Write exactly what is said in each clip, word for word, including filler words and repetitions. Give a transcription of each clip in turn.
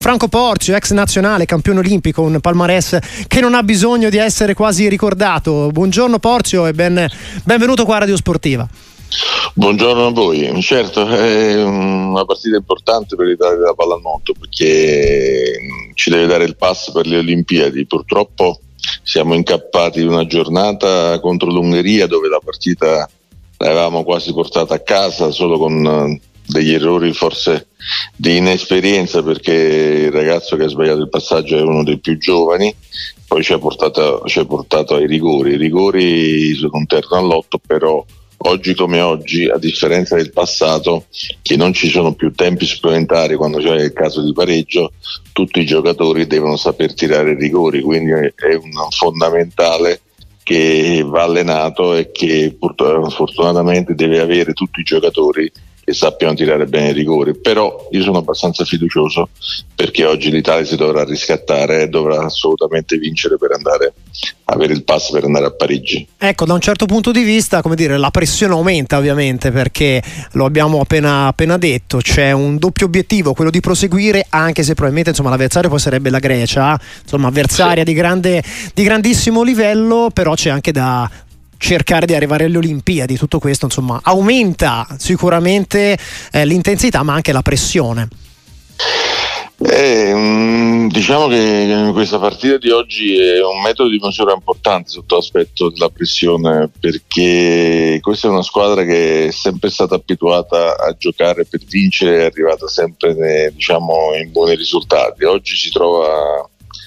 Franco Porzio, ex nazionale, campione olimpico, un palmarès che non ha bisogno di essere quasi ricordato. Buongiorno Porzio e ben, benvenuto qua a Radio Sportiva. Buongiorno a voi. Certo, è una partita importante per l'Italia della pallanuoto perché ci deve dare il pass per le Olimpiadi. Purtroppo siamo incappati in una giornata contro l'Ungheria dove la partita l'avevamo quasi portata a casa solo con degli errori forse di inesperienza, perché il ragazzo che ha sbagliato il passaggio è uno dei più giovani, poi ci ha portato, ci ha portato ai rigori. I rigori sono un terno all'otto, però oggi come oggi, a differenza del passato, che non ci sono più tempi supplementari quando c'è il caso di pareggio, tutti i giocatori devono saper tirare i rigori, quindi è un fondamentale che va allenato e che fortunatamente deve avere tutti i giocatori che sappiano tirare bene i rigori. Però io sono abbastanza fiducioso perché oggi l'Italia si dovrà riscattare e dovrà assolutamente vincere per andare avere il pass per andare a Parigi. Ecco, da un certo punto di vista, come dire, la pressione aumenta ovviamente, perché lo abbiamo appena, appena detto, c'è un doppio obiettivo, quello di proseguire, anche se probabilmente insomma l'avversario poi sarebbe la Grecia, insomma avversaria sì. di, grande, di grandissimo livello, però c'è anche da cercare di arrivare alle Olimpiadi. Tutto questo insomma aumenta sicuramente eh, l'intensità ma anche la pressione. Eh, diciamo che questa partita di oggi è un metodo di misura importante sotto l'aspetto della pressione, perché questa è una squadra che è sempre stata abituata a giocare per vincere, è arrivata sempre diciamo in buoni risultati. Oggi si trova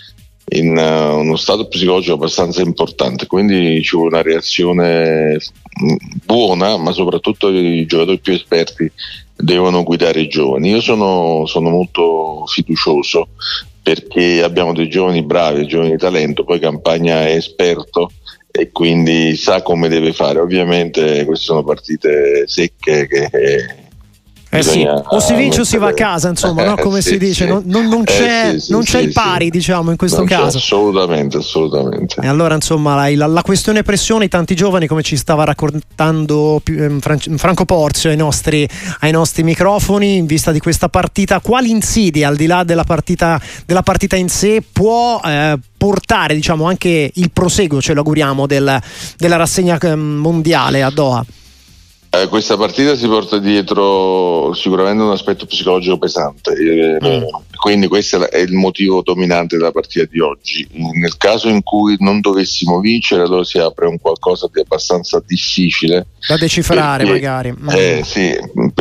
in uh, uno stato psicologico abbastanza importante, quindi ci vuole una reazione buona, ma soprattutto i giocatori più esperti devono guidare i giovani. Io sono, sono molto fiducioso perché abbiamo dei giovani bravi, giovani di talento, poi Campagna è esperto e quindi sa come deve fare. Ovviamente queste sono partite secche che Eh sì, o si vince o si va a casa, insomma, no? Come sì, si dice, sì. non, non, non c'è, eh sì, sì, non c'è sì, il pari, sì. diciamo, in questo non caso. Assolutamente, assolutamente. E allora, insomma, la, la questione pressione, i tanti giovani, come ci stava raccontando Franco Porzio ai nostri, ai nostri microfoni, in vista di questa partita, quali insidie, al di là della partita, della partita in sé, può eh, portare, diciamo, anche il proseguo, ce lo auguriamo, del, della rassegna mondiale a Doha? Eh, questa partita si porta dietro sicuramente un aspetto psicologico pesante, eh, mm. quindi questo è il motivo dominante della partita di oggi. Nel caso in cui non dovessimo vincere, allora si apre un qualcosa di abbastanza difficile da decifrare, perché, magari mm. eh, sì,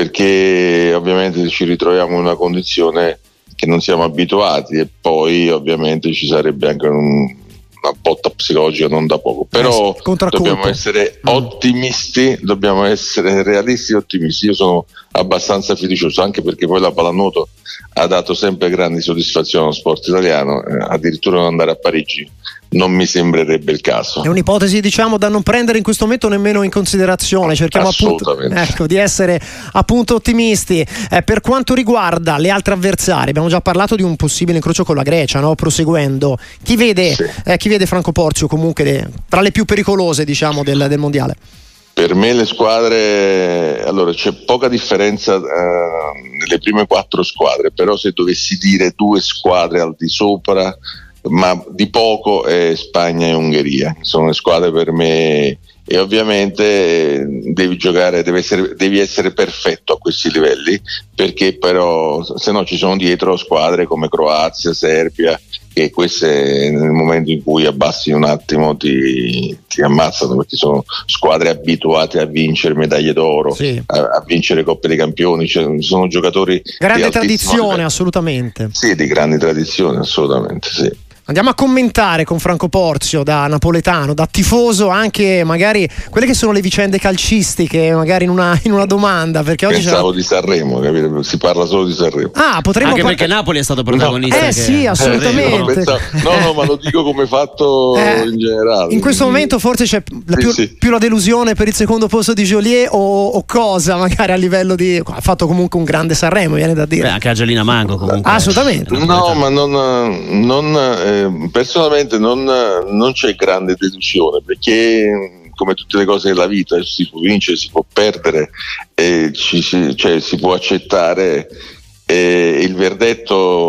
perché ovviamente ci ritroviamo in una condizione che non siamo abituati e poi ovviamente ci sarebbe anche un una botta psicologica non da poco, però eh, dobbiamo essere mm. ottimisti, dobbiamo essere realisti e ottimisti. Io sono abbastanza fiducioso, anche perché poi la pallanuoto ha dato sempre grandi soddisfazioni allo sport italiano, eh, addirittura non andare a Parigi non mi sembrerebbe il caso. È un'ipotesi, diciamo, da non prendere in questo momento nemmeno in considerazione. Cerchiamo appunto ecco, di essere appunto ottimisti. Eh, per quanto riguarda le altre avversarie, abbiamo già parlato di un possibile incrocio con la Grecia, no? Proseguendo, chi vede, sì. eh, chi vede Franco Porzio comunque de, tra le più pericolose, diciamo, del, del mondiale? Per me le squadre, allora c'è poca differenza eh, nelle prime quattro squadre, però se dovessi dire due squadre al di sopra, ma di poco, è Spagna e Ungheria. Sono le squadre per me, e ovviamente devi giocare, devi essere, devi essere perfetto a questi livelli, perché però se no ci sono dietro squadre come Croazia, Serbia, che queste nel momento in cui abbassi un attimo ti, ti ammazzano, perché sono squadre abituate a vincere medaglie d'oro, sì. a, a vincere Coppe dei Campioni, cioè, sono giocatori grande di tradizione livello. Assolutamente Sì, di grande tradizione, assolutamente sì. Andiamo a commentare con Franco Porzio, da napoletano, da tifoso, anche magari quelle che sono le vicende calcistiche, magari in una, in una domanda, perché oggi pensavo c'era... di Sanremo, capito? Si parla solo di Sanremo. Ah, potremmo anche par- perché Napoli è stato protagonista. No. Eh che... sì, assolutamente. No, pensavo... no, no, ma lo dico come fatto eh, in generale. In questo momento forse c'è la più, sì, sì. più la delusione per il secondo posto di Joliet o, o cosa, magari a livello di... Ha fatto comunque un grande Sanremo, viene da dire. Beh, anche Angelina Mango comunque. Assolutamente. No, ma non, non eh, personalmente non, non c'è grande delusione, perché come tutte le cose della vita si può vincere, si può perdere, e ci si, cioè, si può accettare, e il verdetto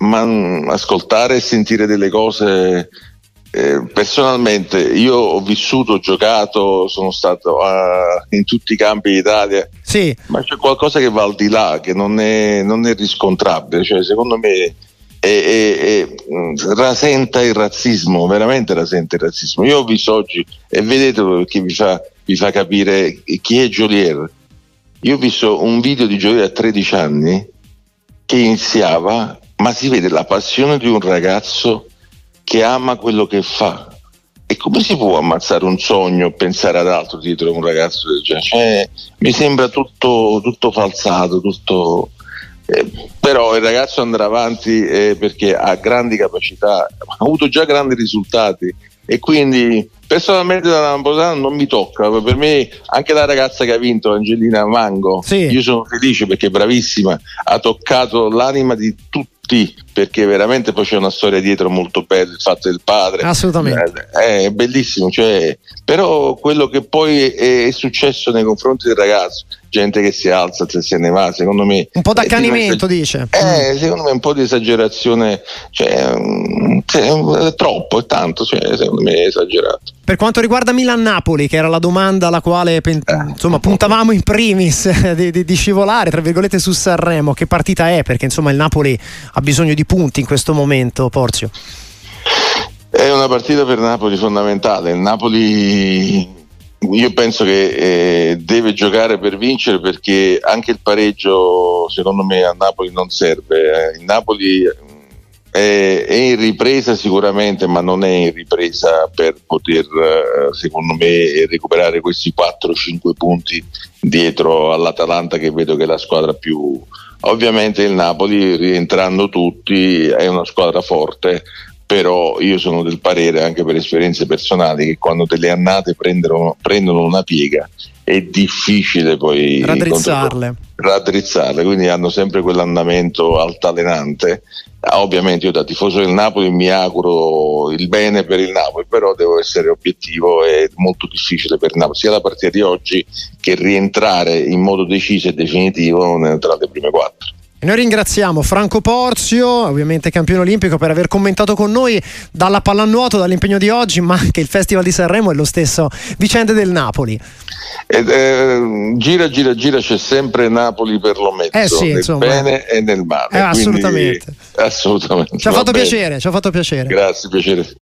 ma ascoltare e sentire delle cose. Eh, personalmente io ho vissuto, ho giocato, sono stato uh, in tutti i campi d'Italia, sì. Ma c'è qualcosa che va al di là, che non è, non è riscontrabile, cioè secondo me è, è, è, rasenta il razzismo, veramente rasenta il razzismo. Io ho visto oggi, e vedetelo perché vi fa, vi fa capire chi è Jolier. Io ho visto un video di Jolier a tredici anni che iniziava, ma si vede la passione di un ragazzo che ama quello che fa. E come si può ammazzare un sogno, pensare ad altro dietro un ragazzo del genere? Cioè, mi sembra tutto, tutto falsato, tutto. Eh, però il ragazzo andrà avanti eh, perché ha grandi capacità, ha avuto già grandi risultati, e quindi personalmente da Napoletano non mi tocca. Per me anche la ragazza che ha vinto, Angelina Mango, sì. Io sono felice perché è bravissima, ha toccato l'anima di tutti, perché veramente poi c'è una storia dietro molto bella, il fatto del padre, assolutamente è, è bellissimo, cioè, però quello che poi è, è successo nei confronti del ragazzo, gente che si alza e se ne va, secondo me un po' d'accanimento, dice eh, secondo me un po' di esagerazione, cioè, è troppo, è tanto, cioè, secondo me è esagerato. Per quanto riguarda Milan-Napoli, che era la domanda alla quale eh. insomma puntavamo in primis di, di, di scivolare tra virgolette su Sanremo, che partita è? Perché insomma il Napoli ha bisogno di punti in questo momento, Porzio. È una partita per Napoli fondamentale. Il Napoli, io penso che eh, deve giocare per vincere, perché anche il pareggio secondo me a Napoli non serve. Il Napoli è, è in ripresa sicuramente, ma non è in ripresa per poter secondo me recuperare questi quattro cinque punti dietro all'Atalanta, che vedo che è la squadra più. Ovviamente il Napoli, rientrando tutti, è una squadra forte, però io sono del parere, anche per esperienze personali, che quando delle annate prendono, prendono una piega è difficile poi raddrizzarle. raddrizzarle, quindi hanno sempre quell'andamento altalenante. Ovviamente io da tifoso del Napoli mi auguro il bene per il Napoli, però devo essere obiettivo, è molto difficile per il Napoli sia la partita di oggi che rientrare in modo deciso e definitivo tra le prime quattro. E noi ringraziamo Franco Porzio, ovviamente campione olimpico, per aver commentato con noi dalla pallanuoto, dall'impegno di oggi, ma anche il Festival di Sanremo e lo stesso vicende del Napoli. Ed, eh, gira gira gira c'è sempre Napoli per lo mezzo, eh sì, nel insomma, bene e nel male, eh, assolutamente. Quindi, assolutamente ci ha fatto bene. piacere ci ha fatto piacere grazie, piacere.